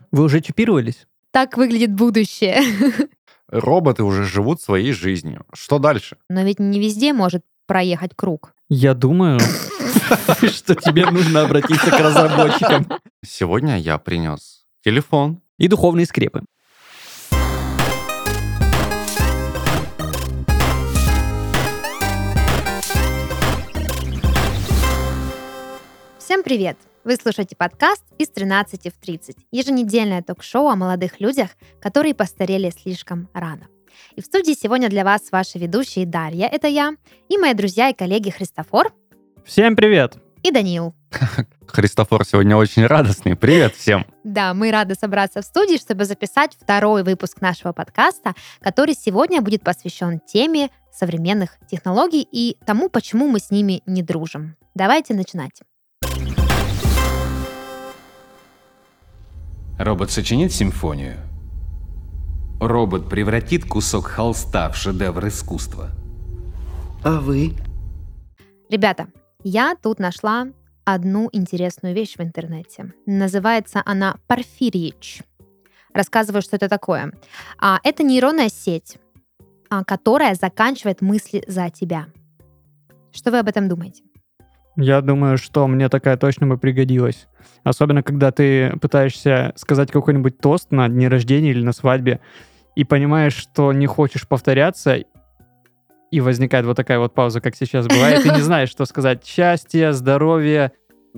Вы уже чипировались? Так выглядит будущее. Роботы уже живут своей жизнью. Что дальше? Но ведь не везде может проехать круг. Я думаю, что тебе нужно обратиться к разработчикам. Сегодня я принес телефон. И духовные скрепы. Всем привет! Вы слушаете подкаст «Из 13 в 30», еженедельное ток-шоу о молодых людях, которые постарели слишком рано. И в студии сегодня для вас ваши ведущие Дарья, это я, и мои друзья и коллеги Христофор Всем привет! и Даниил. Христофор сегодня очень радостный. Привет всем! Да, мы рады собраться в студии, чтобы записать второй выпуск нашего подкаста, который сегодня будет посвящен теме современных технологий и тому, почему мы с ними не дружим. Давайте начинать. Робот сочинит симфонию. Робот превратит кусок холста в шедевр искусства. А вы? Ребята, я тут нашла одну интересную вещь в интернете. Называется она Порфирич. Рассказываю, что это такое. Это нейронная сеть, которая заканчивает мысли за тебя. Что вы об этом думаете? Я думаю, что мне такая точно бы пригодилась. Особенно, когда ты пытаешься сказать какой-нибудь тост на дне рождения или на свадьбе, и понимаешь, что не хочешь повторяться, и возникает вот такая вот пауза, как сейчас бывает, и не знаешь, что сказать. Счастье, здоровье,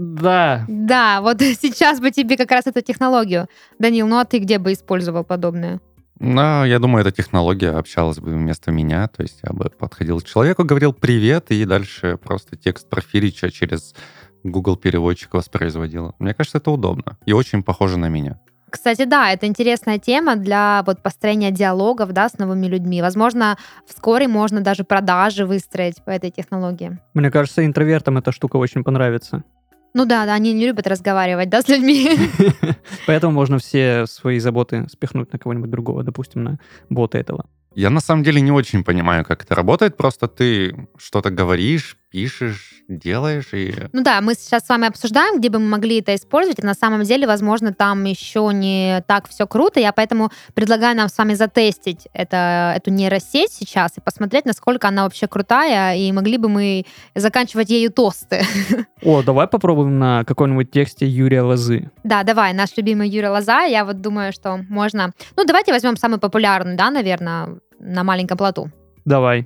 да. Да, вот сейчас бы тебе как раз эту технологию. Данил, ну а ты где бы использовал подобное? Но я думаю, эта технология общалась бы вместо меня. То есть я бы подходил к человеку, говорил «привет», и дальше просто текст Порфирича через Google переводчик воспроизводила. Мне кажется, это удобно и очень похоже на меня. Кстати, да, это интересная тема для вот построения диалогов, да, с новыми людьми. Возможно, вскоре можно даже продажи выстроить по этой технологии. Мне кажется, интровертам эта штука очень понравится. Ну да, они не любят разговаривать, да, с людьми. Поэтому можно все свои заботы спихнуть на кого-нибудь другого, допустим, на бота этого. Я на самом деле не очень понимаю, как это работает. Просто ты что-то говоришь, пишешь, делаешь и... Ну да, мы сейчас с вами обсуждаем, где бы мы могли это использовать. И на самом деле, возможно, там еще не так все круто. Я поэтому предлагаю нам с вами затестить эту нейросеть сейчас и посмотреть, насколько она вообще крутая, и могли бы мы заканчивать ею тосты. О, давай попробуем на каком-нибудь тексте Юрия Лозы. Да, давай, наш любимый Юрий Лоза. Я вот думаю, что можно... Ну, давайте возьмем самый популярный, да, наверное, на маленьком плоту. Давай.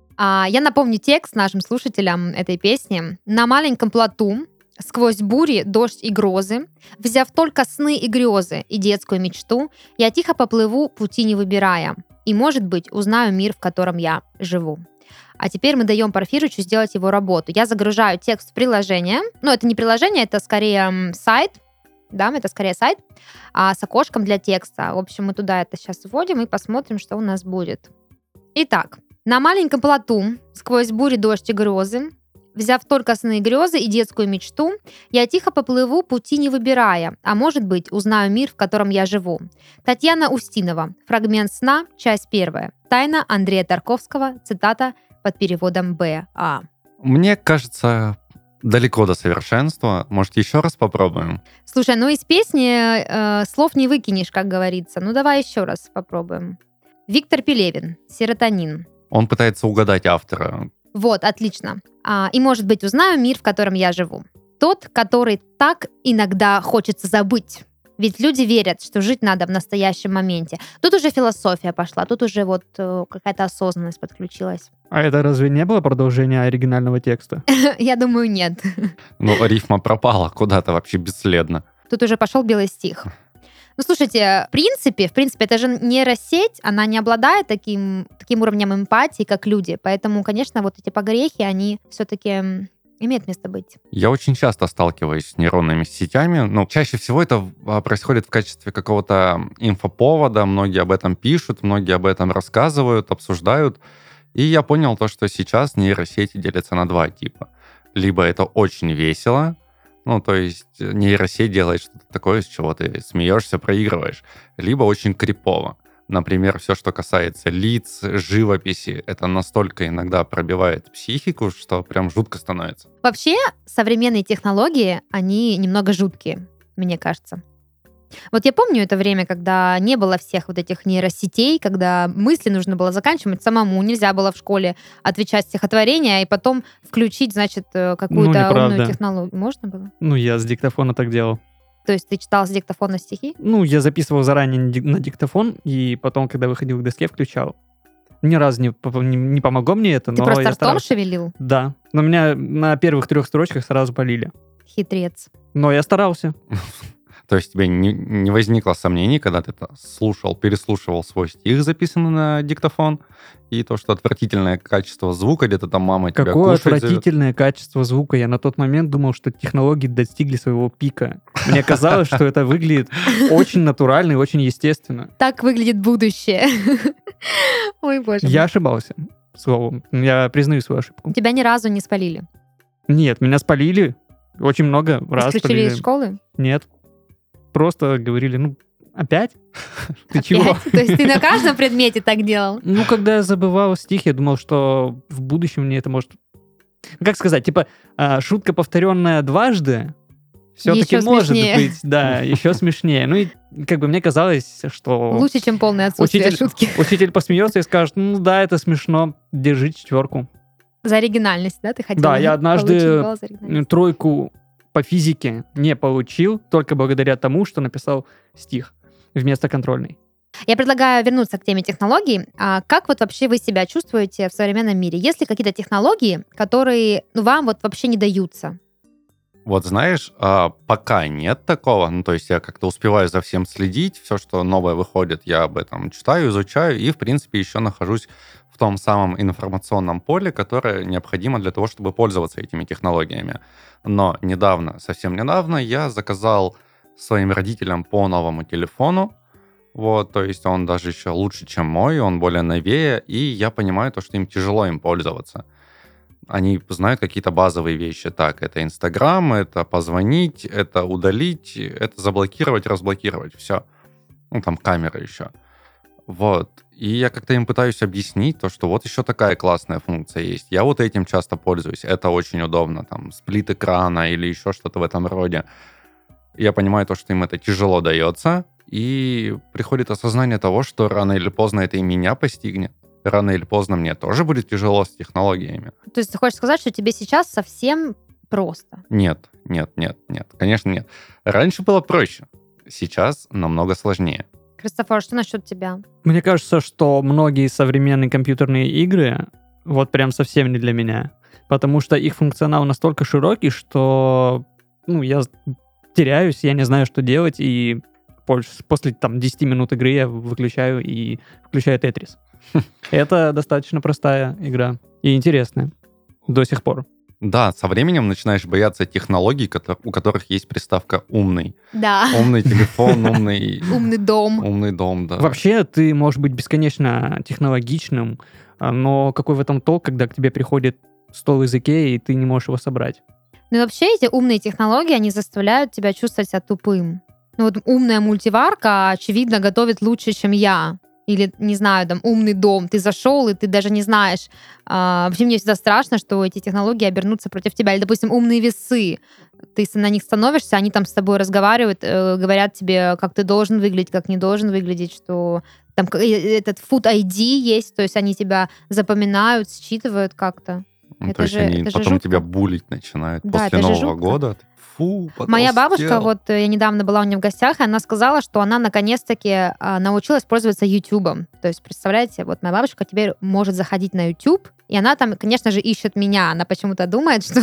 Я напомню текст нашим слушателям этой песни. На маленьком плоту, сквозь бури, дождь и грозы, взяв только сны и грезы и детскую мечту, я тихо поплыву, пути не выбирая, и, может быть, узнаю мир, в котором я живу. А теперь мы даем Порфиричу сделать его работу. Я загружаю текст в приложение. Ну, это не приложение, это скорее сайт. Да, это скорее сайт с окошком для текста. В общем, мы туда это сейчас вводим и посмотрим, что у нас будет. Итак, на маленьком плоту, сквозь бури, дождь и грозы, взяв только сны и грезы и детскую мечту, я тихо поплыву, пути не выбирая, а может быть, узнаю мир, в котором я живу. Татьяна Устинова. Фрагмент сна, часть 1. Тайна Андрея Тарковского. Цитата под переводом Б.А. Мне кажется, далеко до совершенства. Может, еще раз попробуем? Слушай, ну из песни слов не выкинешь, как говорится. Ну давай еще раз попробуем. Виктор Пелевин. Серотонин. Он пытается угадать автора. Вот, отлично. И, может быть, узнаю мир, в котором я живу. Тот, который так иногда хочется забыть. Ведь люди верят, что жить надо в настоящем моменте. Тут уже философия пошла, тут уже вот какая-то осознанность подключилась. А это разве не было продолжение оригинального текста? Я думаю, нет. Ну, рифма пропала куда-то вообще бесследно. Тут уже пошел белый стих. Ну, слушайте, в принципе, это же нейросеть, она не обладает таким уровнем эмпатии, как люди. Поэтому, конечно, вот эти погрехи, они все-таки имеют место быть. Я очень часто сталкиваюсь с нейронными сетями, но чаще всего это происходит в качестве какого-то инфоповода. Многие об этом пишут, многие об этом рассказывают, обсуждают. И я понял то, что сейчас нейросети делятся на два типа. Либо это очень весело, ну, то есть нейросеть делает что-то такое, с чего ты смеешься, проигрываешь. Либо очень крипово. Например, все, что касается лиц, живописи, это настолько иногда пробивает психику, что прям жутко становится. Вообще, современные технологии, они немного жуткие, мне кажется. Вот я помню это время, когда не было всех вот этих нейросетей, когда мысли нужно было заканчивать самому. Нельзя было в школе отвечать стихотворение и потом включить, значит, какую-то неправда. умную технологию. Можно было? Ну, я с диктофона так делал. То есть ты читал с диктофона стихи? Ну, я записывал заранее на диктофон, и потом, когда выходил к доске, включал. Ни разу не помогло мне это, Ты но просто я ртом старался. шевелил? Да. Но меня на первых 3 строчках сразу полили. Хитрец. Но я старался. То есть тебе не возникло сомнений, когда ты это переслушивал свой стих, записанный на диктофон, и то, что отвратительное качество звука, где-то там мама тебя Какое кушать зовет. отвратительное качество звука. Я на тот момент думал, что технологии достигли своего пика. Мне казалось, что это выглядит очень натурально и очень естественно. Так выглядит будущее. Ой, боже мой. Я ошибался, словом. Я признаю свою ошибку. Тебя ни разу не спалили? Нет, меня спалили. Очень много раз Исключили спалили. из школы? Нет. Просто говорили, ну, опять? Ты Опять? чего? То есть ты на каждом предмете так делал? Ну, когда я забывал стих, я думал, что в будущем мне это может... Как сказать, типа, шутка, повторенная дважды, все-таки Еще может смешнее. быть, да, еще смешнее. Ну, и как бы мне казалось, что Лучше, чем полное отсутствие шутки. учитель посмеется и скажет, ну да, это смешно, держи 4. За оригинальность, да, ты хотел? Да, я однажды получить балл за оригинальность? 3 по физике не получил, только благодаря тому, что написал стих вместо контрольной. Я предлагаю вернуться к теме технологий. Как вот вообще вы себя чувствуете в современном мире? Есть ли какие-то технологии, которые вам вот вообще не даются? Вот знаешь, пока нет такого, ну, то есть я как-то успеваю за всем следить, все, что новое выходит, я об этом читаю, изучаю, и, в принципе, еще нахожусь в том самом информационном поле, которое необходимо для того, чтобы пользоваться этими технологиями. Но совсем недавно, я заказал своим родителям по новому телефону, вот, то есть он даже еще лучше, чем мой, он более новее, и я понимаю то, что им тяжело им пользоваться. Они знают какие-то базовые вещи. Так, это Инстаграм, это позвонить, это удалить, это заблокировать, разблокировать. Все. Ну, там камера еще. Вот. И я как-то им пытаюсь объяснить то, что вот еще такая классная функция есть. Я вот этим часто пользуюсь. Это очень удобно. Там, сплит экрана или еще что-то в этом роде. Я понимаю то, что им это тяжело дается. И приходит осознание того, что рано или поздно это и меня постигнет. Рано или поздно мне тоже будет тяжело с технологиями. То есть ты хочешь сказать, что тебе сейчас совсем просто? Нет. Конечно, нет. Раньше было проще. Сейчас намного сложнее. Кристофор, что насчет тебя? Мне кажется, что многие современные компьютерные игры вот прям совсем не для меня. Потому что их функционал настолько широкий, что я теряюсь, я не знаю, что делать, и после там 10 минут игры я выключаю и включаю Тетрис. Это достаточно простая игра и интересная до сих пор. Да, со временем начинаешь бояться технологий, у которых есть приставка «умный». Да. Умный телефон, умный... Умный дом. Умный дом, да. Вообще, ты можешь быть бесконечно технологичным, но какой в этом толк, когда к тебе приходит стол из Икеи, и ты не можешь его собрать? Ну и вообще эти умные технологии, они заставляют тебя чувствовать себя тупым. Ну вот умная мультиварка, очевидно, готовит лучше, чем я. Или, не знаю, там, умный дом. Ты зашел, и ты даже не знаешь. Вообще мне всегда страшно, что эти технологии обернутся против тебя. Или, допустим, умные весы. Ты на них становишься, они там с тобой разговаривают, говорят тебе, как ты должен выглядеть, как не должен выглядеть, что там этот Food ID есть, то есть они тебя запоминают, считывают как-то. Ну, Это то есть же- они это же потом жутко. тебя булить начинают Да, после это же Нового жутко. года. Фу, Моя бабушка, потолстел. вот я недавно была у нее в гостях, и она сказала, что она наконец-таки научилась пользоваться Ютубом. То есть, представляете, вот моя бабушка теперь может заходить на YouTube, и она там, конечно же, ищет меня. Она почему-то думает, что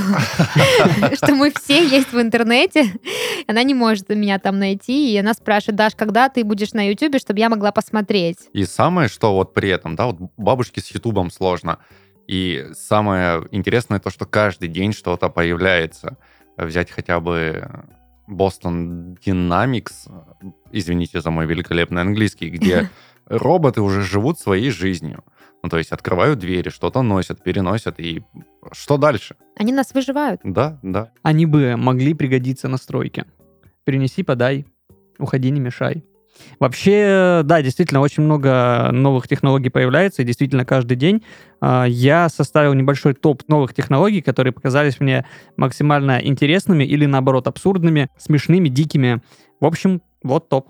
мы все есть в интернете. Она не может меня там найти, и она спрашивает: Даш, когда ты будешь на Ютубе, чтобы я могла посмотреть? И самое, что вот при этом, да, вот бабушке с Ютубом сложно. И самое интересное то, что каждый день что-то появляется. Взять хотя бы Boston Dynamics, извините за мой великолепный английский, где роботы уже живут своей жизнью. Ну, то есть открывают двери, что-то носят, переносят, и что дальше? Они нас выживают. Да, да. Они бы могли пригодиться на стройке. Перенеси, подай, уходи, не мешай. Вообще, да, действительно, очень много новых технологий появляется, и действительно каждый день я составил небольшой топ новых технологий, которые показались мне максимально интересными или, наоборот, абсурдными, смешными, дикими. В общем, вот топ.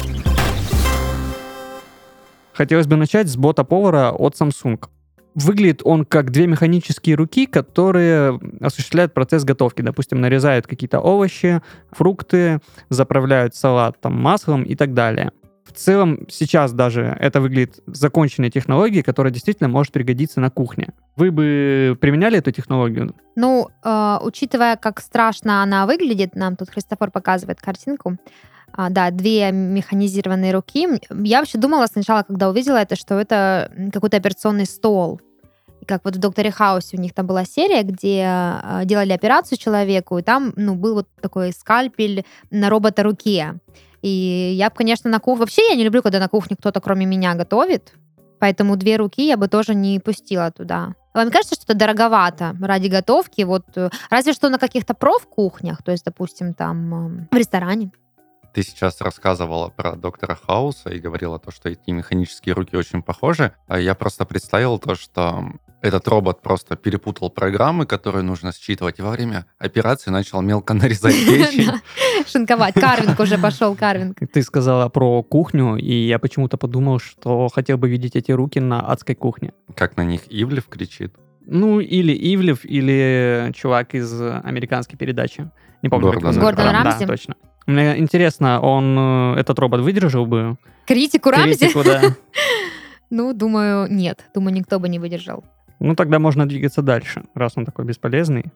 Хотелось бы начать с бота-повара от Samsung. Выглядит он как две механические руки, которые осуществляют процесс готовки. Допустим, нарезают какие-то овощи, фрукты, заправляют салат там, маслом и так далее. В целом, сейчас даже это выглядит законченной технологией, которая действительно может пригодиться на кухне. Вы бы применяли эту технологию? Ну, учитывая, как страшно она выглядит, нам тут Христофор показывает картинку, да, две механизированные руки. Я вообще думала сначала, когда увидела это, что это какой-то операционный стол. И как вот в «Докторе Хаусе» у них там была серия, где делали операцию человеку, и там был вот такой скальпель на робото-руке. И я бы, конечно, на кухне... Вообще я не люблю, когда на кухне кто-то кроме меня готовит, поэтому две руки я бы тоже не пустила туда. Вам кажется, что это дороговато ради готовки? Вот, разве что на каких-то профкухнях, то есть, допустим, там в ресторане. Ты сейчас рассказывала про доктора Хауса и говорила то, что эти механические руки очень похожи. А я просто представил то, что этот робот просто перепутал программы, которые нужно считывать, и во время операции начал мелко нарезать печень. Шинковать. Карвинг уже пошел, карвинг. Ты сказала про кухню, и я почему-то подумал, что хотел бы видеть эти руки на адской кухне. Как на них Ивлев кричит. Ну, или Ивлев, или чувак из американской передачи. Не помню, как его Гордон зовут. Гордон Рамси? Да, точно. Мне интересно, этот робот выдержал бы Критику Рамзи? критику, да? Ну, думаю, нет. Думаю, никто бы не выдержал. Ну, тогда можно двигаться дальше, раз он такой бесполезный.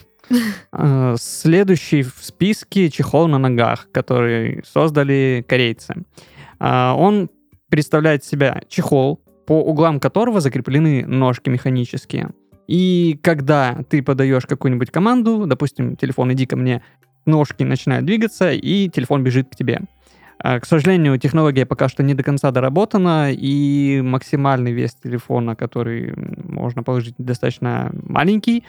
Следующий в списке чехол на ногах, который создали корейцы. Он представляет себя чехол, по углам которого закреплены ножки механические. И когда ты подаешь какую-нибудь команду, допустим, телефон, иди ко мне, ножки начинают двигаться, и телефон бежит к тебе. К сожалению, технология пока что не до конца доработана, и максимальный вес телефона, который можно положить, достаточно маленький.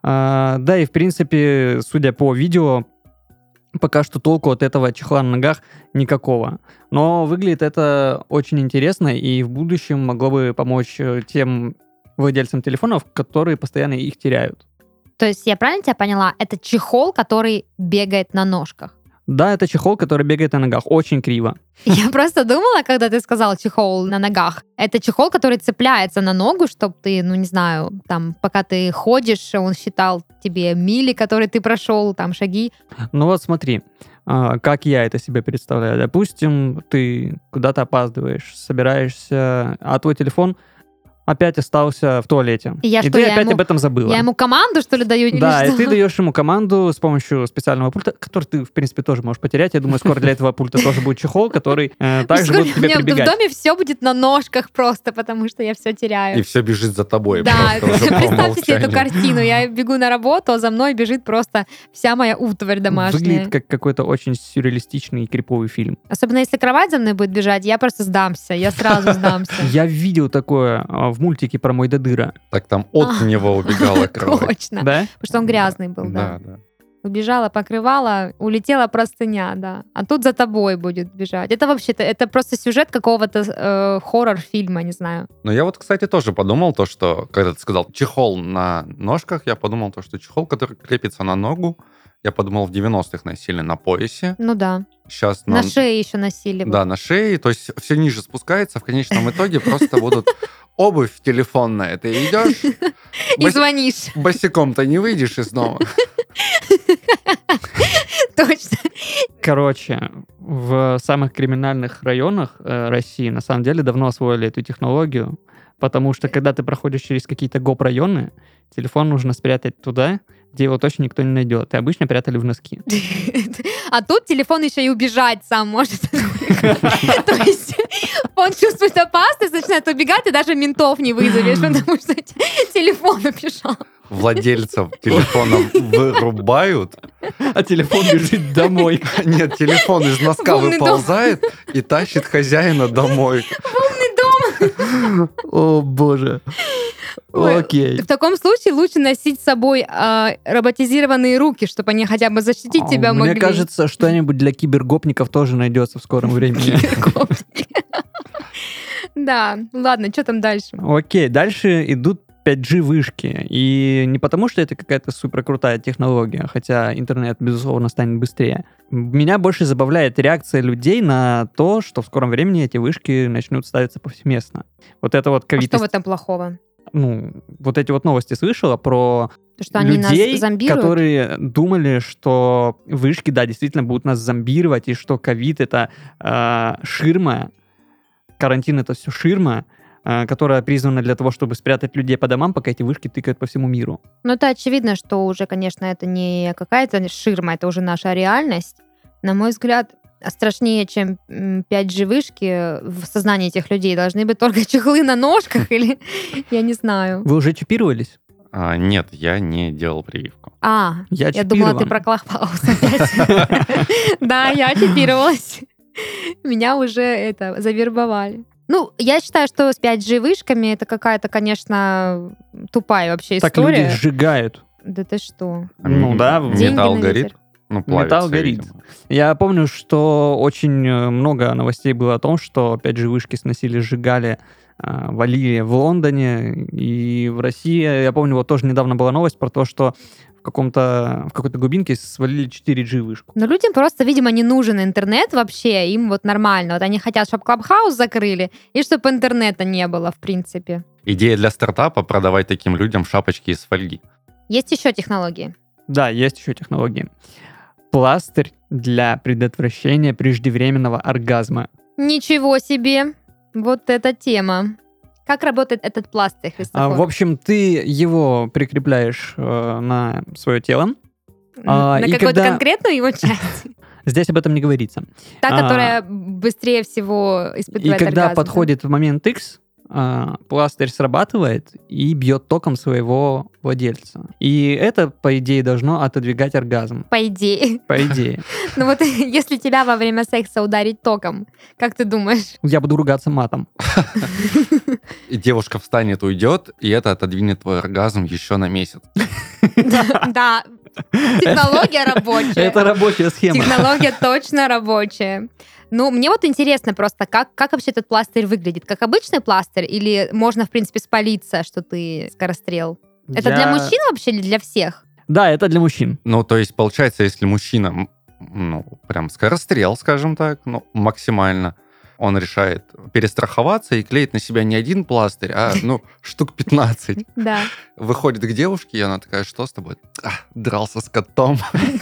Да и, в принципе, судя по видео, пока что толку от этого чехла на ногах никакого. Но выглядит это очень интересно, и в будущем могло бы помочь тем владельцам телефонов, которые постоянно их теряют. То есть я правильно тебя поняла? Это чехол, который бегает на ножках? Да, это чехол, который бегает на ногах. Очень криво. Я просто думала, когда ты сказал чехол на ногах, это чехол, который цепляется на ногу, чтобы ты, ну не знаю, там, пока ты ходишь, он считал тебе мили, которые ты прошел, там, шаги. Ну вот смотри, как я это себе представляю. Допустим, ты куда-то опаздываешь, собираешься, а твой телефон опять остался в туалете. И ты опять об этом забыла. Я ему команду, что ли, даю? Да, или и что? ты даешь ему команду с помощью специального пульта, который ты, в принципе, тоже можешь потерять. Я думаю, скоро для этого пульта тоже будет чехол, который также будет к тебе У меня прибегать. в доме все будет на ножках просто, потому что я все теряю. И все бежит за тобой. Да, просто уже по представьте себе эту умолчанию. картину. Я бегу на работу, а за мной бежит просто вся моя утварь домашняя. Выглядит как какой-то очень сюрреалистичный и криповый фильм. Особенно если кровать за мной будет бежать, я просто сдамся. Я сразу сдамся. Я видел такое в мультике про Мой Додыра. Так там от него убегала кровать. Точно. Да? Потому что он грязный был, да. Да. Убежала, покрывала, улетела простыня, да. А тут за тобой будет бежать. Это вообще-то, это просто сюжет какого-то хоррор-фильма, не знаю. Но я вот, кстати, тоже подумал то, что, когда ты сказал чехол на ножках, я подумал то, что чехол, который крепится на ногу, я подумал, в 90-х носили на поясе. Ну да. Сейчас На шее еще носили. Да, на шее. То есть все ниже спускается. В конечном итоге просто будут обувь телефонная. Ты идешь, И звонишь. босиком-то не выйдешь из дома. Точно. Короче, в самых криминальных районах России на самом деле давно освоили эту технологию, потому что когда ты проходишь через какие-то гоп-районы, телефон нужно спрятать туда, где его точно никто не найдет. И обычно прятали в носки. А тут телефон еще и убежать сам может. То есть он чувствует опасность, начинает убегать, и даже ментов не вызовешь, потому что телефон убежал. Владельцев телефонов вырубают. А телефон бежит домой. Нет, телефон из носка В умный дом. выползает и тащит хозяина домой. Умный дом. О, боже. Ой, Окей. В таком случае лучше носить с собой роботизированные руки, чтобы они хотя бы защитить тебя могли. Мне кажется, что-нибудь для кибергопников тоже найдется в скором времени. Да, ладно, что там дальше? Окей, дальше идут 5G вышки. И не потому, что это какая-то суперкрутая технология, хотя интернет, безусловно, станет быстрее. Меня больше забавляет реакция людей на то, что в скором времени эти вышки начнут ставиться повсеместно. Вот это вот А ковид... что в этом плохого? Ну, вот эти вот новости слышала про То, что они людей, нас зомбируют? которые думали, что вышки, да, действительно будут нас зомбировать, и что ковид — это ширма, карантин — это все ширма, которая призвана для того, чтобы спрятать людей по домам, пока эти вышки тыкают по всему миру. Ну, это очевидно, что уже, конечно, это не какая-то ширма, это уже наша реальность. На мой взгляд, страшнее, чем 5G вышки в сознании этих людей должны быть только чехлы на ножках или я не знаю. Вы уже чипировались? Нет, я не делал прививку. Я Я думала, ты чипирован. про Клабхаус опять. Да, я чипировалась. Меня уже завербовали. Ну, я считаю, что с 5G вышками это какая-то, конечно, тупая вообще Так люди история. сжигают. Да ты что? Ну да, Деньги Металл на горит. ветер. Ну, плавится, Металл горит. видимо. Я помню, что очень много новостей было о том, что 5G вышки сносили, сжигали, валили в Лондоне и в России. Я помню, вот тоже недавно была новость про то, что в какой-то глубинке свалили 4G вышку. Но людям просто, видимо, не нужен интернет вообще, им вот нормально. Вот они хотят, чтобы Клабхаус закрыли, и чтобы интернета не было, в принципе. Идея для стартапа — продавать таким людям шапочки из фольги. Есть еще технологии. Да, есть еще технологии. Пластырь для предотвращения преждевременного оргазма. Ничего себе! Вот эта тема. Как работает этот пластырь, Христофор? В общем, ты его прикрепляешь на свое тело. На и какую-то когда- конкретную его часть? Здесь об этом не говорится. Та, которая быстрее всего И испытывает когда оргазм, да? подходит момент X, пластырь срабатывает и бьет током своего владельца. И это, по идее, должно отодвигать оргазм. По идее. По идее. Ну вот если тебя во время секса ударить током, как ты думаешь? Я буду ругаться матом. И девушка встанет, уйдет, и это отодвинет твой оргазм еще на месяц. Да, технология рабочая. Это рабочая схема. Технология точно рабочая. Ну, мне вот интересно просто, как вообще этот пластырь выглядит? Как обычный пластырь? Или можно, в принципе, спалиться, что ты скорострел? Это для мужчин вообще или для всех? Да, это для мужчин. Ну, то есть, получается, если мужчина, прям скорострел, скажем так, максимально, он решает перестраховаться и клеит на себя не один пластырь, а, штук 15. Да. Выходит к девушке, и она такая: что с тобой? Дрался с котом.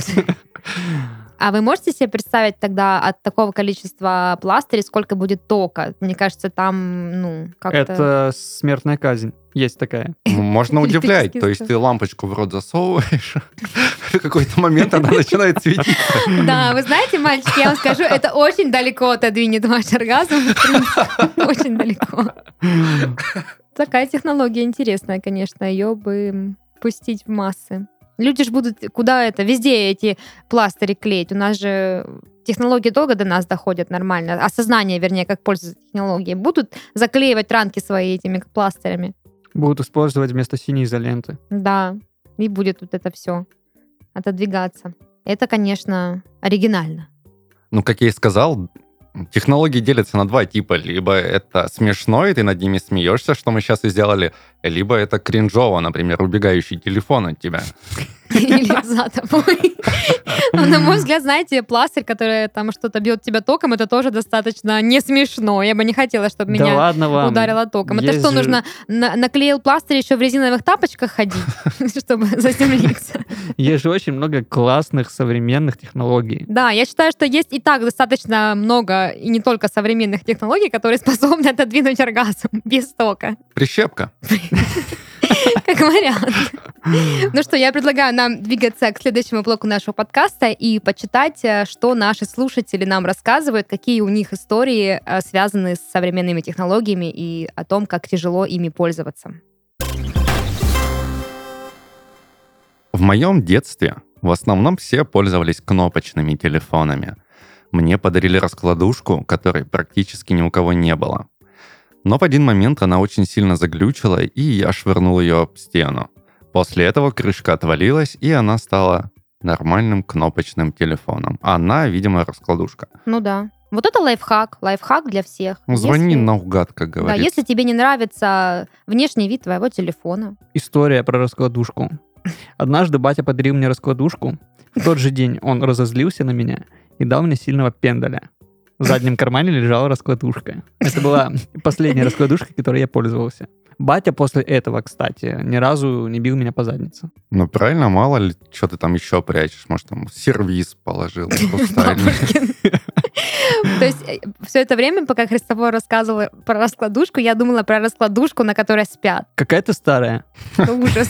А вы можете себе представить тогда от такого количества пластырей, сколько будет тока? Мне кажется, там, как-то... Это смертная казнь. Есть такая. Можно удивлять. То есть ты лампочку в рот засовываешь, в какой-то момент она начинает светиться. Да, вы знаете, мальчики, я вам скажу, это очень далеко отодвинет ваш оргазм. В принципе, очень далеко. Такая технология интересная, конечно. Ее бы пустить в массы. Люди же будут везде эти пластыри клеить. У нас же технологии долго до нас доходят нормально. Осознание, вернее, как пользоваться технологией. Будут заклеивать ранки свои этими пластырями. Будут использовать вместо синей изоленты. Да, и будет вот это все отодвигаться. Это, конечно, оригинально. Как я и сказал, технологии делятся на два типа. Либо это смешно, и ты над ними смеешься, что мы сейчас и сделали, либо это кринжово, например, убегающий телефон от тебя. Или за тобой. Но, на мой взгляд, знаете, пластырь, который там что-то бьет тебя током, это тоже достаточно не смешно. Я бы не хотела, чтобы Да меня ладно вам. ударило током. Это Есть что, же- нужно наклеил пластырь еще в резиновых тапочках ходить, чтобы заземлиться? Есть же очень много классных современных технологий. Да, я считаю, что есть и так достаточно много, и не только современных технологий, которые способны отодвинуть оргазм без тока. Прищепка. Как вариант. Ну что, я предлагаю нам двигаться к следующему блоку нашего подкаста и почитать, что наши слушатели нам рассказывают, какие у них истории связаны с современными технологиями и о том, как тяжело ими пользоваться. В моем детстве в основном все пользовались кнопочными телефонами. Мне подарили раскладушку, которой практически ни у кого не было. Но в один момент она очень сильно заглючила, и я швырнул ее об стену. После этого крышка отвалилась, и она стала нормальным кнопочным телефоном. Она, видимо, раскладушка. Ну да. Вот это лайфхак для всех. Звони Если- наугад, как Да, говорится. если тебе не нравится внешний вид твоего телефона. История про раскладушку. Однажды батя подарил мне раскладушку. В тот же день он разозлился на меня и дал мне сильного пендаля. В заднем кармане лежала раскладушка. Это была последняя раскладушка, которой я пользовался. Батя после этого, кстати, ни разу не бил меня по заднице. Ну, правильно, мало ли, что ты там еще прячешь. Может, там сервиз положил хрустальный. Бабушкин. То есть все это время, пока Христофор рассказывал про раскладушку, я думала про раскладушку, на которой спят. Какая ты старая. Ужас.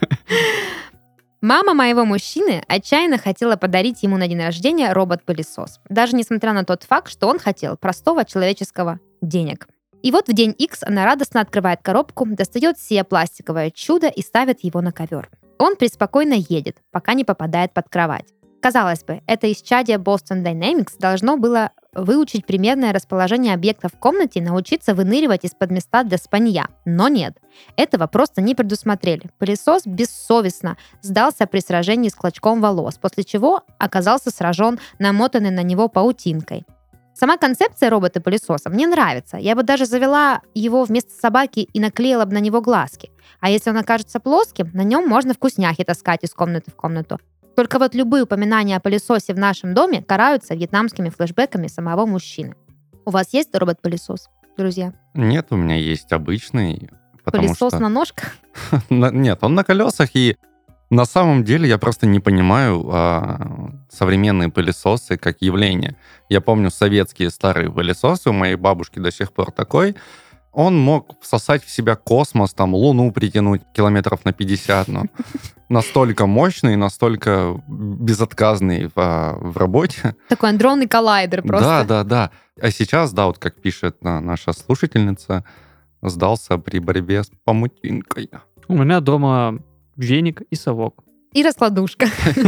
Мама моего мужчины отчаянно хотела подарить ему на день рождения робот-пылесос. Даже несмотря на тот факт, что он хотел простого человеческого денег. И вот в день X она радостно открывает коробку, достает сие пластиковое чудо и ставит его на ковер. Он преспокойно едет, пока не попадает под кровать. Казалось бы, это исчадие Boston Dynamics должно было выучить примерное расположение объекта в комнате и научиться выныривать из-под места для спанья. Но нет, этого просто не предусмотрели. Пылесос бессовестно сдался при сражении с клочком волос, после чего оказался сражен намотанной на него паутинкой. Сама концепция робота-пылесоса мне нравится. Я бы даже завела его вместо собаки и наклеила бы на него глазки. А если он окажется плоским, на нем можно вкусняхи таскать из комнаты в комнату. Только вот любые упоминания о пылесосе в нашем доме караются вьетнамскими флешбэками самого мужчины. У вас есть робот-пылесос, друзья? Нет, у меня есть обычный, потому Пылесос что... на ножках? Нет, он на колесах, и на самом деле я просто не понимаю современные пылесосы как явление. Я помню советские старые пылесосы, у моей бабушки до сих пор такой. Он мог всосать в себя космос, там, Луну притянуть километров на 50, но настолько мощный, настолько безотказный в работе. Такой андронный коллайдер просто. Да. А сейчас, да, вот как пишет наша слушательница, сдался при борьбе с памутинкой. У меня дома веник и совок. И раскладушка.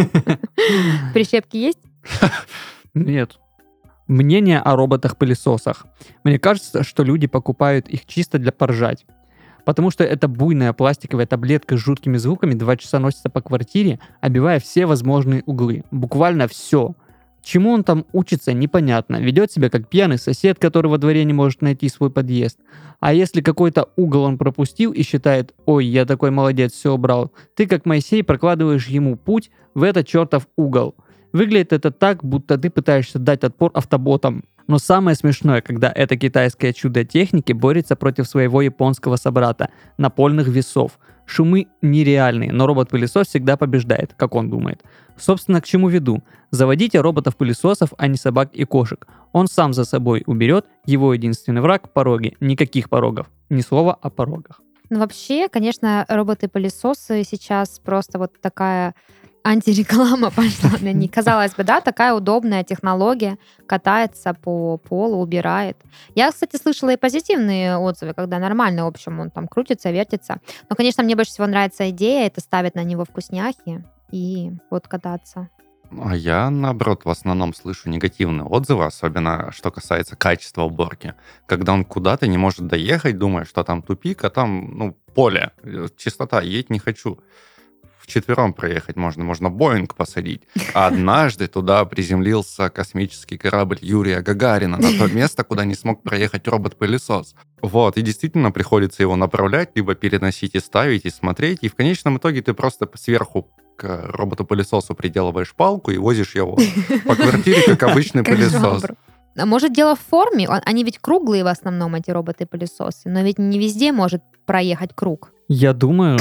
Прищепки есть? Нет. Мнение о роботах-пылесосах. Мне кажется, что люди покупают их чисто для поржать. Потому что эта буйная пластиковая таблетка с жуткими звуками 2 часа носится по квартире, обивая все возможные углы. Буквально все. Чему он там учится, непонятно. Ведет себя как пьяный сосед, который во дворе не может найти свой подъезд. А если какой-то угол он пропустил и считает: «Ой, я такой молодец, все убрал», ты, как Моисей, прокладываешь ему путь в этот чертов угол. Выглядит это так, будто ты пытаешься дать отпор автоботам. Но самое смешное, когда это китайское чудо техники борется против своего японского собрата — напольных весов. Шумы нереальные, но робот-пылесос всегда побеждает, как он думает. Собственно, к чему веду? Заводите роботов-пылесосов, а не собак и кошек. Он сам за собой уберет, его единственный враг — пороги. Никаких порогов. Ни слова о порогах. Ну, вообще, конечно, роботы-пылесосы сейчас просто вот такая антиреклама пошла на них. Казалось бы, да, такая удобная технология, катается по полу, убирает. Я, кстати, слышала и позитивные отзывы, когда нормально, в общем, он там крутится, вертится. Но, конечно, мне больше всего нравится идея, это ставить на него вкусняхи и вот кататься. А я, наоборот, в основном слышу негативные отзывы, особенно что касается качества уборки. Когда он куда-то не может доехать, думая, что там тупик, а там, поле, чистота, едь не хочу. Вчетвером проехать можно Боинг посадить. А однажды туда приземлился космический корабль Юрия Гагарина на то место, куда не смог проехать робот-пылесос. Вот, и действительно приходится его направлять, либо переносить и ставить, и смотреть, и в конечном итоге ты просто сверху к роботу-пылесосу приделываешь палку и возишь его по квартире, как обычный пылесос. А может, дело в форме? Они ведь круглые в основном, эти роботы-пылесосы, но ведь не везде может проехать круг. Я думаю,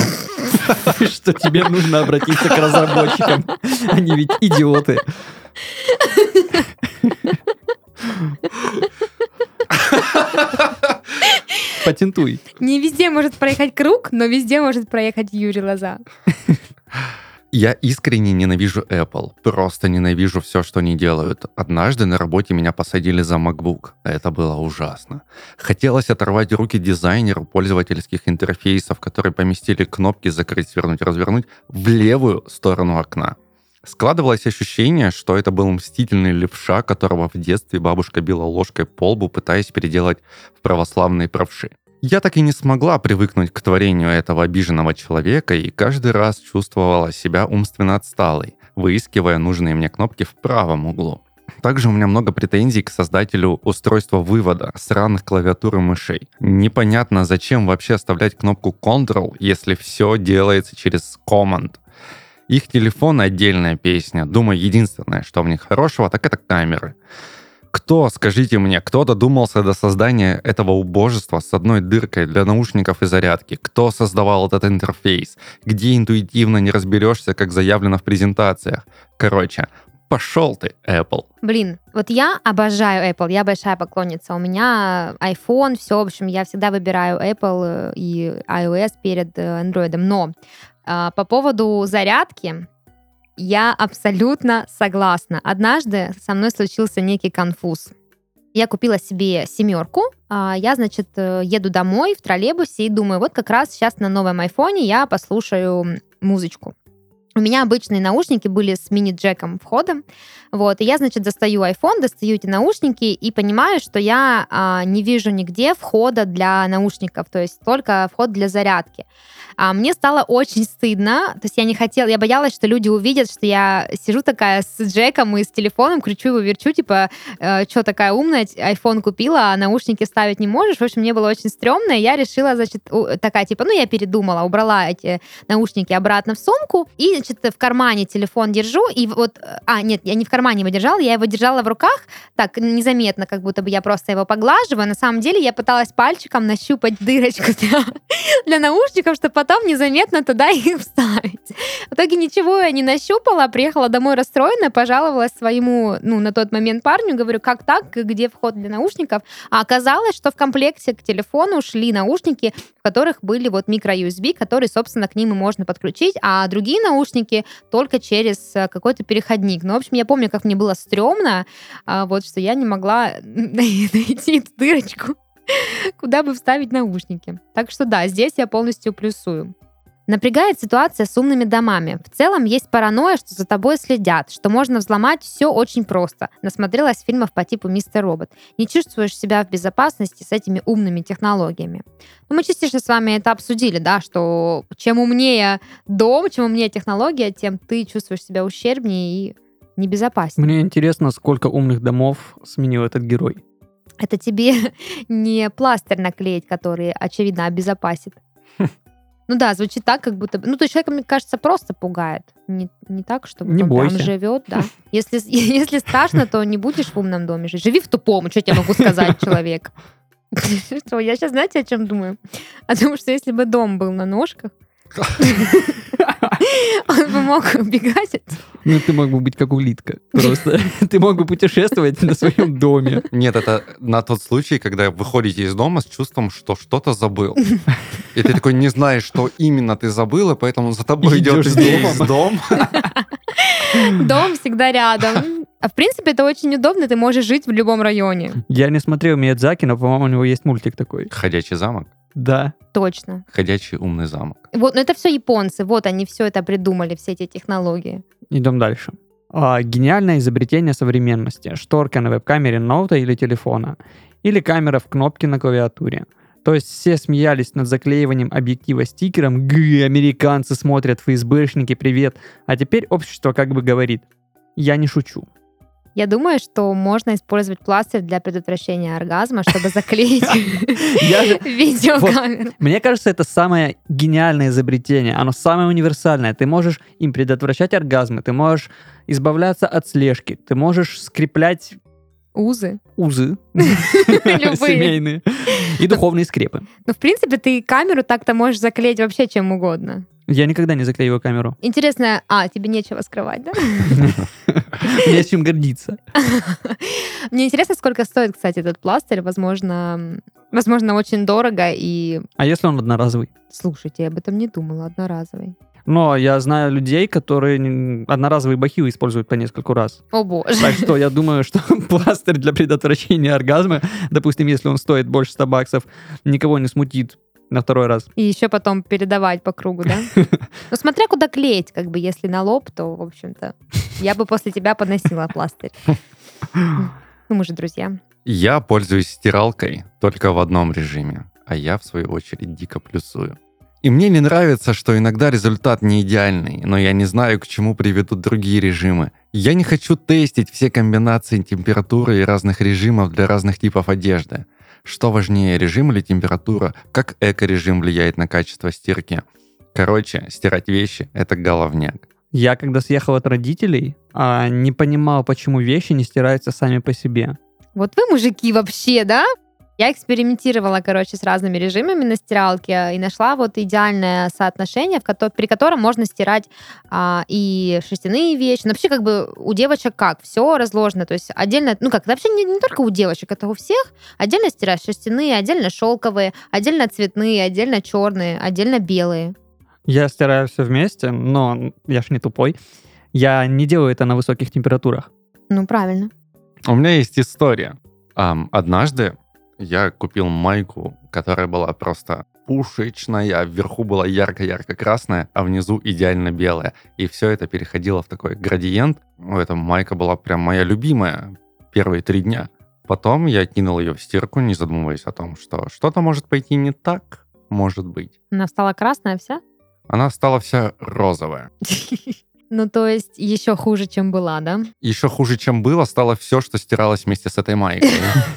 что тебе нужно обратиться к разработчикам. Они ведь идиоты. Патентуй. Не везде может проехать круг, но везде может проехать Юрий Лоза. Я искренне ненавижу Apple. Просто ненавижу все, что они делают. Однажды на работе меня посадили за MacBook. Это было ужасно. Хотелось оторвать руки дизайнеру пользовательских интерфейсов, которые поместили кнопки «закрыть», «свернуть», «развернуть» в левую сторону окна. Складывалось ощущение, что это был мстительный левша, которого в детстве бабушка била ложкой по лбу, пытаясь переделать в православные правши. Я так и не смогла привыкнуть к творению этого обиженного человека и каждый раз чувствовала себя умственно отсталой, выискивая нужные мне кнопки в правом углу. Также у меня много претензий к создателю устройства вывода сраных клавиатур и мышей. Непонятно, зачем вообще оставлять кнопку Ctrl, если все делается через Command. Их телефон — отдельная песня. Думаю, единственное, что в них хорошего, так это камеры. Кто, скажите мне, кто додумался до создания этого убожества с одной дыркой для наушников и зарядки? Кто создавал этот интерфейс? Где интуитивно не разберешься, как заявлено в презентациях? Короче, пошел ты, Apple. Блин, вот я обожаю Apple, я большая поклонница. У меня iPhone, все, в общем, я всегда выбираю Apple и iOS перед Android. Но по поводу зарядки я абсолютно согласна. Однажды со мной случился некий конфуз. Я купила себе 7, я, значит, еду домой в троллейбусе и думаю, вот как раз сейчас на новом айфоне я послушаю музычку. У меня обычные наушники были с мини-джеком входом, вот, и я, значит, достаю iPhone, достаю эти наушники и понимаю, что я не вижу нигде входа для наушников, то есть только вход для зарядки. Мне стало очень стыдно, то есть я не хотела, я боялась, что люди увидят, что я сижу такая с джеком и с телефоном, кричу его, верчу, типа, что такая умная, iPhone купила, а наушники ставить не можешь. В общем, мне было очень стрёмно, и я решила, значит, такая, типа, я передумала, убрала эти наушники обратно в сумку, и, значит, в кармане телефон держу, и вот, нет, я не в кармане его держала, я его держала в руках, так, незаметно, как будто бы я просто его поглаживаю, на самом деле я пыталась пальчиком нащупать дырочку для наушников, чтобы потом незаметно туда их вставить. В итоге ничего я не нащупала, приехала домой расстроенная, пожаловалась своему, на тот момент парню, говорю, как так, где вход для наушников? А оказалось, что в комплекте к телефону шли наушники, в которых были вот микро-USB, которые, собственно, к ним и можно подключить, а другие наушники только через какой-то переходник. В общем, я помню, как мне было стрёмно, вот, что я не могла найти эту дырочку, куда бы вставить наушники. Так что да, здесь я полностью плюсую. Напрягает ситуация с умными домами. В целом есть паранойя, что за тобой следят, что можно взломать все очень просто. Насмотрелась фильмов по типу «Мистер Робот». Не чувствуешь себя в безопасности с этими умными технологиями. Мы частично с вами это обсудили, да, что чем умнее дом, чем умнее технология, тем ты чувствуешь себя ущербнее и небезопаснее. Мне интересно, сколько умных домов сменил этот герой. Это тебе не пластырь наклеить, который, очевидно, обезопасит. Ну да, звучит так, как будто... то есть человек, мне кажется, просто пугает. Не так, чтобы не он бойся. Там живет, да. Если страшно, то не будешь в умном доме жить. Живи в тупом, что я могу сказать, человек. Что, я сейчас, знаете, о чем думаю? О том, что если бы дом был на ножках, он бы мог убегать. Ты мог бы быть как улитка. Просто ты мог бы путешествовать на своем доме. Нет, это на тот случай, когда выходите из дома с чувством, что что-то забыл. И ты такой не знаешь, что именно ты забыл, и поэтому за тобой идет весь дом. Дом всегда рядом. А в принципе, это очень удобно, ты можешь жить в любом районе. Я не смотрел Миядзаки, но, по-моему, у него есть мультик такой. Ходячий замок. Да. Точно. Ходячий умный замок. Вот, но это все японцы, вот они все это придумали, все эти технологии. Идем дальше. Гениальное изобретение современности. Шторка на веб-камере ноута или телефона. Или камера в кнопке на клавиатуре. То есть все смеялись над заклеиванием объектива стикером. Американцы смотрят, ФСБшники, привет. А теперь общество как бы говорит: я не шучу. Я думаю, что можно использовать пластырь для предотвращения оргазма, чтобы заклеить видеокамеру. Мне кажется, это самое гениальное изобретение. Оно самое универсальное. Ты можешь им предотвращать оргазмы, ты можешь избавляться от слежки, ты можешь скреплять узы семейные и духовные скрепы. В принципе, ты камеру так-то можешь заклеить вообще чем угодно. Я никогда не заклеиваю камеру. Интересно, тебе нечего скрывать, да? Мне с чем гордиться. Мне интересно, сколько стоит, кстати, этот пластырь. Возможно, очень дорого и... А если он одноразовый? Слушайте, я об этом не думала, одноразовый. Но я знаю людей, которые одноразовые бахилы используют по нескольку раз. О боже. Так что я думаю, что пластырь для предотвращения оргазма, допустим, если он стоит больше $100, никого не смутит на второй раз. И еще потом передавать по кругу, да? Ну, смотря куда клеить, как бы, если на лоб, то, в общем-то, я бы после тебя подносила пластырь. Ну, мы же друзья. Я пользуюсь стиралкой только в одном режиме, а я, в свою очередь, дико плюсую. И мне не нравится, что иногда результат не идеальный, но я не знаю, к чему приведут другие режимы. Я не хочу тестить все комбинации температуры и разных режимов для разных типов одежды. Что важнее, режим или температура? Как эко-режим влияет на качество стирки? Короче, стирать вещи — это головняк. Я, когда съехал от родителей, не понимал, почему вещи не стираются сами по себе. Вот вы, мужики, вообще, да? Я экспериментировала, короче, с разными режимами на стиралке и нашла вот идеальное соотношение, при котором можно стирать и шерстяные вещи. Но вообще, как бы у девочек как? Все разложено. То есть отдельно, ну как, это вообще не только у девочек, это у всех. Отдельно стирать шерстяные, отдельно шелковые, отдельно цветные, отдельно черные, отдельно белые. Я стираю все вместе, но я ж не тупой. Я не делаю это на высоких температурах. Ну, правильно. У меня есть история. Однажды я купил майку, которая была просто пушечная, вверху была ярко-ярко красная, а внизу идеально белая. И все это переходило в такой градиент. Эта майка была прям моя любимая первые 3 дня. Потом я кинул ее в стирку, не задумываясь о том, что что-то может пойти не так, может быть. Она стала красная вся? Она стала вся розовая. Ну, то есть еще хуже, чем была, да? Еще хуже, чем было, стало все, что стиралось вместе с этой майкой.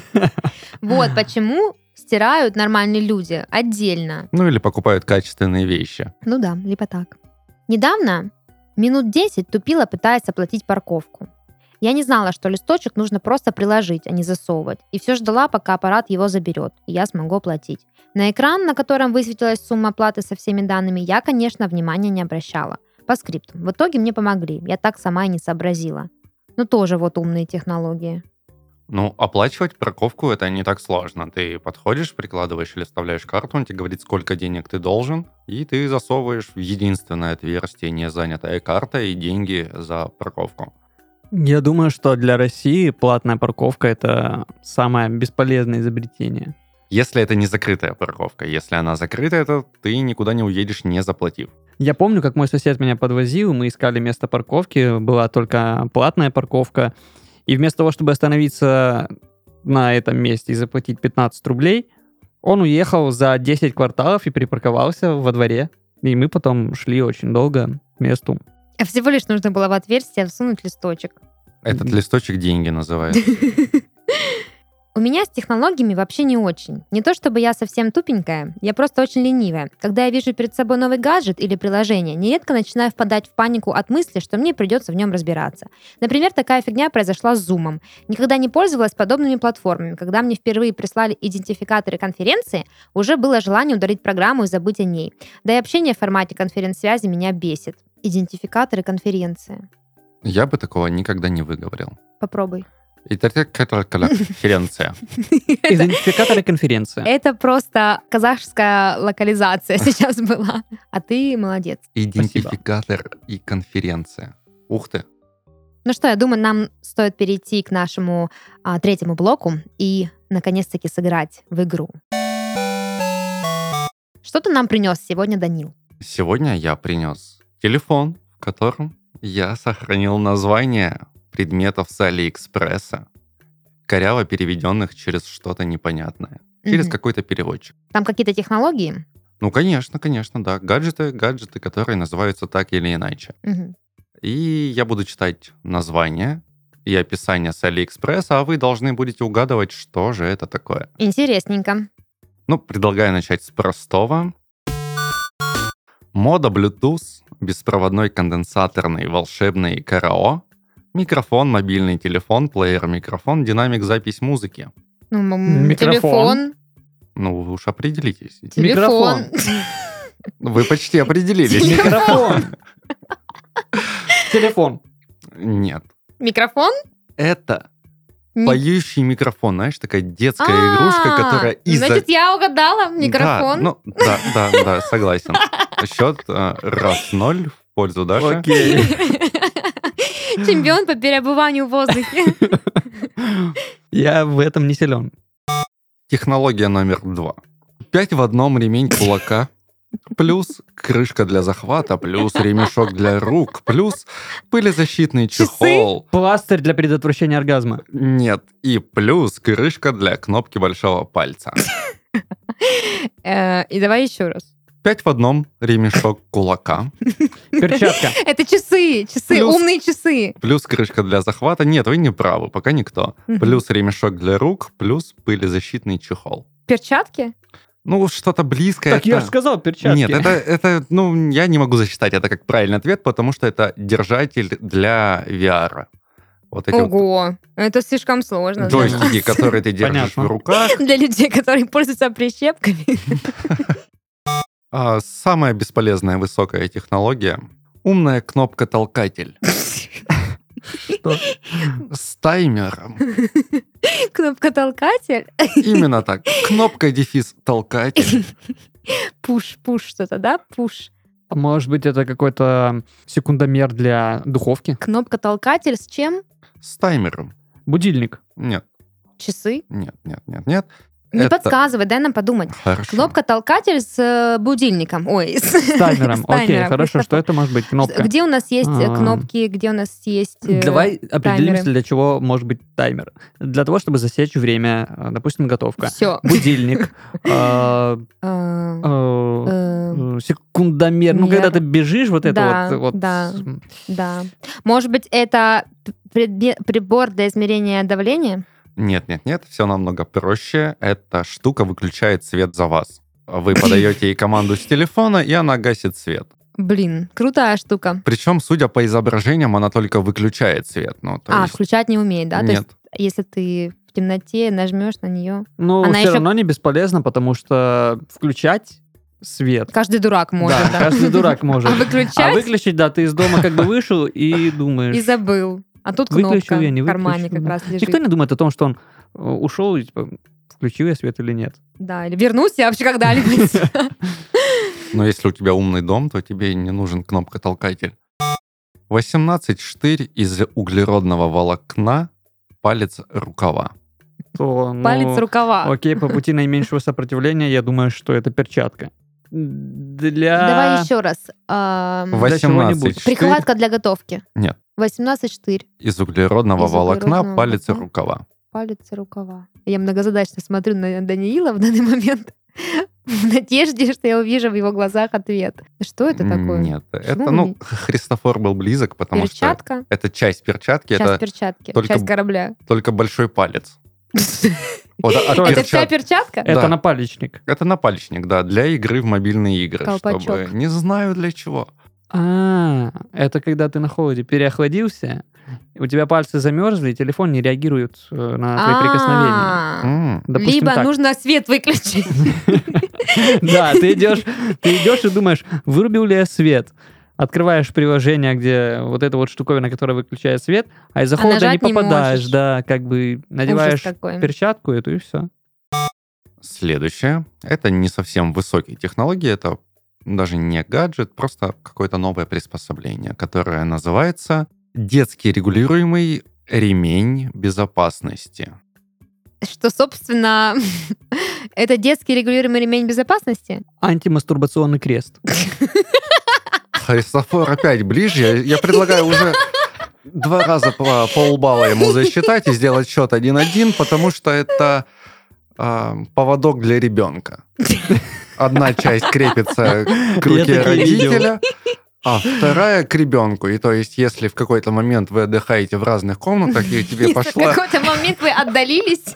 Вот почему стирают нормальные люди отдельно. Ну или покупают качественные вещи. Ну да, либо так. Недавно минут 10 тупила, пытаясь оплатить парковку. Я не знала, что листочек нужно просто приложить, а не засовывать. И все ждала, пока аппарат его заберет, и я смогу оплатить. На экран, на котором высветилась сумма оплаты со всеми данными, я, конечно, внимания не обращала. По скрипту. В итоге мне помогли. Я так сама и не сообразила. Ну, тоже вот умные технологии. Ну, оплачивать парковку — это не так сложно. Ты подходишь, прикладываешь или вставляешь карту, он тебе говорит, сколько денег ты должен, и ты засовываешь в единственное отверстие не занятая карта и деньги за парковку. Я думаю, что для России платная парковка — это самое бесполезное изобретение. Если это не закрытая парковка. Если она закрытая, то ты никуда не уедешь, не заплатив. Я помню, как мой сосед меня подвозил, мы искали место парковки, была только платная парковка, и вместо того, чтобы остановиться на этом месте и заплатить 15 рублей, он уехал за 10 кварталов и припарковался во дворе. И мы потом шли очень долго к месту. А всего лишь нужно было в отверстие всунуть листочек. Этот листочек деньги называют. У меня с технологиями вообще не очень. Не то чтобы я совсем тупенькая, я просто очень ленивая. Когда я вижу перед собой новый гаджет или приложение, нередко начинаю впадать в панику от мысли, что мне придется в нем разбираться. Например, такая фигня произошла с Zoom. Никогда не пользовалась подобными платформами. Когда мне впервые прислали идентификаторы конференции, уже было желание удалить программу и забыть о ней. Да и общение в формате конференц-связи меня бесит. Идентификаторы конференции. Я бы такого никогда не выговорил. Попробуй. Конференция. Идентификаторы конференции. Это просто казахская локализация сейчас была. А ты молодец. Идентификатор и конференция. Ух ты. Ну что, я думаю, нам стоит перейти к нашему 3-му блоку и наконец-таки сыграть в игру. Что ты нам принес сегодня, Данил? Сегодня я принес телефон, в котором я сохранил название предметов с Алиэкспресса, коряво переведенных через что-то непонятное. Через какой-то переводчик. Там какие-то технологии? Ну, конечно, да. Гаджеты, которые называются так или иначе. И я буду читать название и описание с Алиэкспресса, а вы должны будете угадывать, что же это такое. Интересненько. Ну, предлагаю начать с простого. Мода Bluetooth, беспроводной конденсаторный волшебный КРО, микрофон, мобильный телефон, плеер-микрофон, динамик, запись музыки. Ну, телефон. Ну, вы уж определитесь. Телефон. Вы почти определились. Микрофон. Телефон. Нет. Микрофон? Это поющий микрофон. Знаешь, такая детская игрушка, которая из-за... Значит, я угадала. Микрофон. Да, согласен. Счет 1-0 в пользу Даши. Окей. Чемпион по переобуванию в воздухе. Я в этом не силен. Технология номер 2. 5 в одном ремень кулака, плюс крышка для захвата, плюс ремешок для рук, плюс пылезащитный чехол. Пластырь для предотвращения оргазма. Нет, и плюс крышка для кнопки большого пальца. И давай еще раз. 5 в одном ремешок кулака, Перчатка. Это часы, Плюс- умные часы. плюс крышка для захвата. Нет, вы не правы, пока никто. Мгм. Плюс ремешок для рук, плюс пылезащитный чехол. Перчатки? Ну, что-то близкое. Так я же сказал перчатки. Нет, это, я не могу засчитать это как правильный ответ, потому что это держатель для VR. Вот эти вот Ого, это слишком сложно. для джойстики, нас. которые ты держишь Понятно. в руках. Для людей, которые пользуются прищепками. Самая бесполезная высокая технология — умная кнопка-толкатель Что? с таймером. Кнопка-толкатель. Именно так. Кнопка-толкатель. Пуш что-то, да? Пуш. Может быть, это какой-то секундомер для духовки? Кнопка-толкатель с чем? С таймером. Будильник. Нет, Часы? нет. Не Это- подсказывай, дай нам подумать. Хорошо. Кнопка-толкатель с будильником. Ой, С таймером. с Окей, таймером. хорошо. Что это может быть? Кнопка. Где у нас есть А. кнопки, где у нас есть... Давай определимся, таймеры. для чего может быть таймер. Для того, чтобы засечь время, допустим, готовка. Все. Будильник. Секундомер. Ну, Мер. когда ты бежишь, вот Да, это вот. да. Да. Может быть, это прибор для измерения давления? Нет, все намного проще. Эта штука выключает свет за вас. Вы подаете ей команду с телефона, и она гасит свет. Блин, крутая штука. Причем, судя по изображениям, она только выключает свет. Ну, то есть Включать не умеет, да? То есть, нет. если ты в темноте нажмешь на нее... Ну, Она все еще- равно не бесполезно, потому что включать свет. Каждый дурак может, Да, да? каждый дурак может. А выключать А выключить, да, ты из дома как бы вышел и думаешь... и забыл. А тут Выключил кнопка я, не в кармане выключил, как да. раз лежит. Никто не думает о том, что он ушел и типа, включил я свет или нет. Да, или вернусь я вообще когда-нибудь. Но если у тебя умный дом, то тебе не нужен кнопка-толкатель. 18 штырь из углеродного волокна, палец рукава. То, ну, Палец рукава. Окей, по пути наименьшего сопротивления, я думаю, что это перчатка. Для... Давай еще раз. Для чего-нибудь. 18 штырь Прикладка для готовки. Нет. 18 штырь. из углеродного Из волокна, углеродного палец волокна. рукава. Палец рукава. Я многозадачно смотрю на Даниила в данный момент в надежде, что я увижу в его глазах ответ. Что это такое? Нет, это, вы ну, не- Христофор был близок, потому что Перчатка? это часть перчатки, Часть это перчатки. только- Часть корабля. только большой палец. Вот от Это вся перчат- перчатка? Это Да. напалечник. Это напальчник, да, для игры в мобильные игры. Колпачок. Чтобы... Не знаю для чего. Это когда ты на холоде переохладился, у тебя пальцы замерзли, и телефон не реагирует на твои прикосновения. А, М. Допустим, Либо так. нужно свет выключить. Да, ты идешь и думаешь, вырубил ли я свет? Открываешь приложение, где вот эта вот штуковина, которая выключает свет, а из-за холода не нажать не попадаешь, можешь. да, как бы надеваешь Ужас какой. перчатку эту и все. Следующее. Это не совсем высокие технологии, это даже не гаджет, просто какое-то новое приспособление, которое называется детский регулируемый ремень безопасности. Что, собственно, это детский регулируемый ремень безопасности? Антимастурбационный крест. Христофор опять ближе. Я предлагаю уже 2 раза по полбалла ему засчитать и сделать счет 1-1, потому что это поводок для ребенка. Одна часть крепится к руке такие видел. родителя, а вторая к ребенку. И то есть, если в какой-то момент вы отдыхаете в разных комнатах, и тебе Если в пошла, какой-то момент вы отдалились,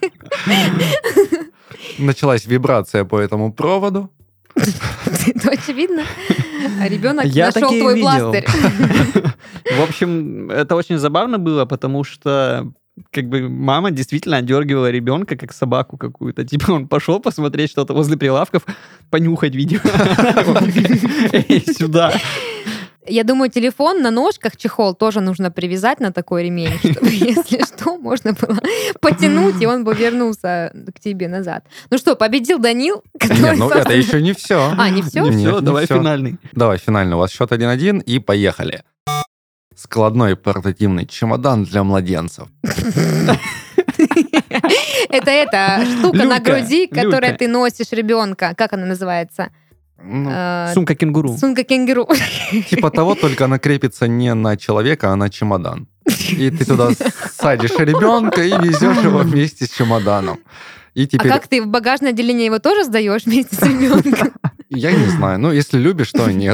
началась вибрация по этому проводу, то очевидно, ребенок Я нашел такие твой видел. пластырь. В общем, это очень забавно было, потому что как бы мама действительно отдергивала ребенка, как собаку какую-то. Типа он пошел посмотреть что-то возле прилавков, понюхать, видимо. Эй, сюда. Я думаю, телефон на ножках, чехол тоже нужно привязать на такой ремень, чтобы, если что, можно было потянуть, и он бы вернулся к тебе назад. Ну что, победил Данил? Нет, который, ну это собственно- еще не все. А, не все? Ну Нет, все, не давай всё. финальный. Давай, финально. У вас счет 1-1, и поехали. Складной портативный чемодан для младенцев. Это штука на Люлька, груди, которой люлька. ты носишь ребенка. Как она называется? Ну, Сумка кенгуру. Сумка кенгуру. типа того, только она крепится не на человека, а на чемодан. И ты туда садишь ребенка и везешь его вместе с чемоданом. И А теперь, как ты в багажное отделение его тоже сдаешь вместе с ребенком? я не знаю, ну, если любишь, то нет.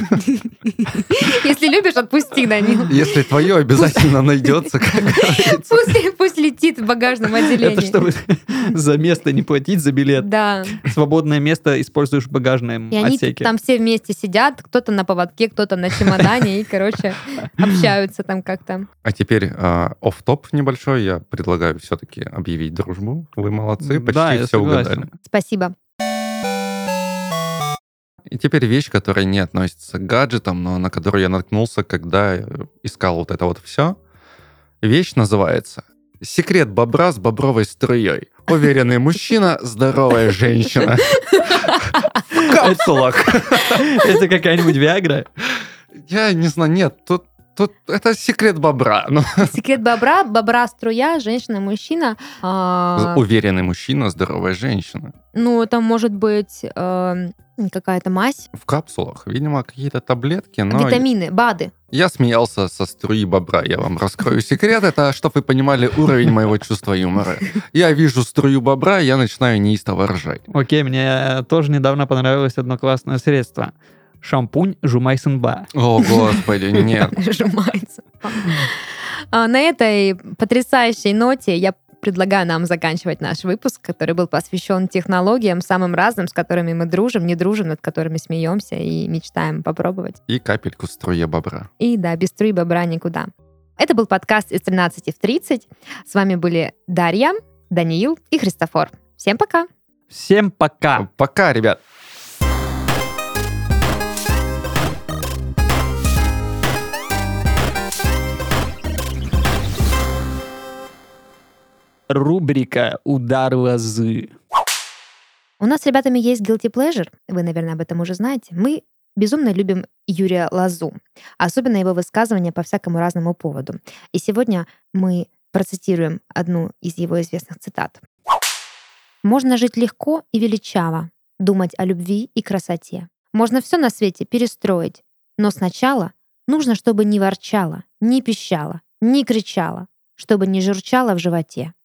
Если любишь, отпусти, Данил. Если твое, обязательно найдется, как говорится. Пусть летит в багажном отделении. Это чтобы за место не платить, за билет. Да. Свободное место используешь в багажном И они отсеке. там все вместе сидят, кто-то на поводке, кто-то на чемодане, и, короче, общаются там как-то. А теперь офф-топ небольшой. Я предлагаю все-таки объявить дружбу. Вы молодцы, почти Да, я все согласен. угадали. Спасибо. И теперь вещь, которая не относится к гаджетам, но на которую я наткнулся, когда искал вот это вот все. Вещь называется «Секрет бобра с бобровой струей». Уверенный мужчина, здоровая женщина. В капсулах. Это какая-нибудь Виагра? Я не знаю, нет, тут это секрет бобра. Ну, Секрет бобра струя, женщина, мужчина. уверенный мужчина, здоровая женщина. Ну, это может быть какая-то мазь, В капсулах, видимо, какие-то таблетки, но витамины, БАДы. я смеялся со струи бобра. Я вам раскрою секрет. Это, чтобы вы понимали уровень моего чувства юмора. Я вижу струю бобра, я начинаю неистово ржать. Окей, мне тоже недавно понравилось одно классное средство. Шампунь Жумайсенба. О, господи, нет. Сжимается. На этой потрясающей ноте я предлагаю нам заканчивать наш выпуск, который был посвящен технологиям, самым разным, с которыми мы дружим, не дружим, над которыми смеемся и мечтаем попробовать. И капельку струе бобра. И да, без струи бобра никуда. Это был подкаст из 13 в 30. С вами были Дарья, Даниил и Христофор. Всем пока! Всем пока! Пока, ребят. Рубрика «Удар лозы». У нас с ребятами есть guilty pleasure. Вы, наверное, об этом уже знаете. Мы безумно любим Юрия Лозу, особенно его высказывания по всякому разному поводу. И сегодня мы процитируем одну из его известных цитат. «Можно жить легко и величаво, думать о любви и красоте. Можно все на свете перестроить, но сначала нужно, чтобы не ворчало, не пищало, не кричало, чтобы не журчало в животе.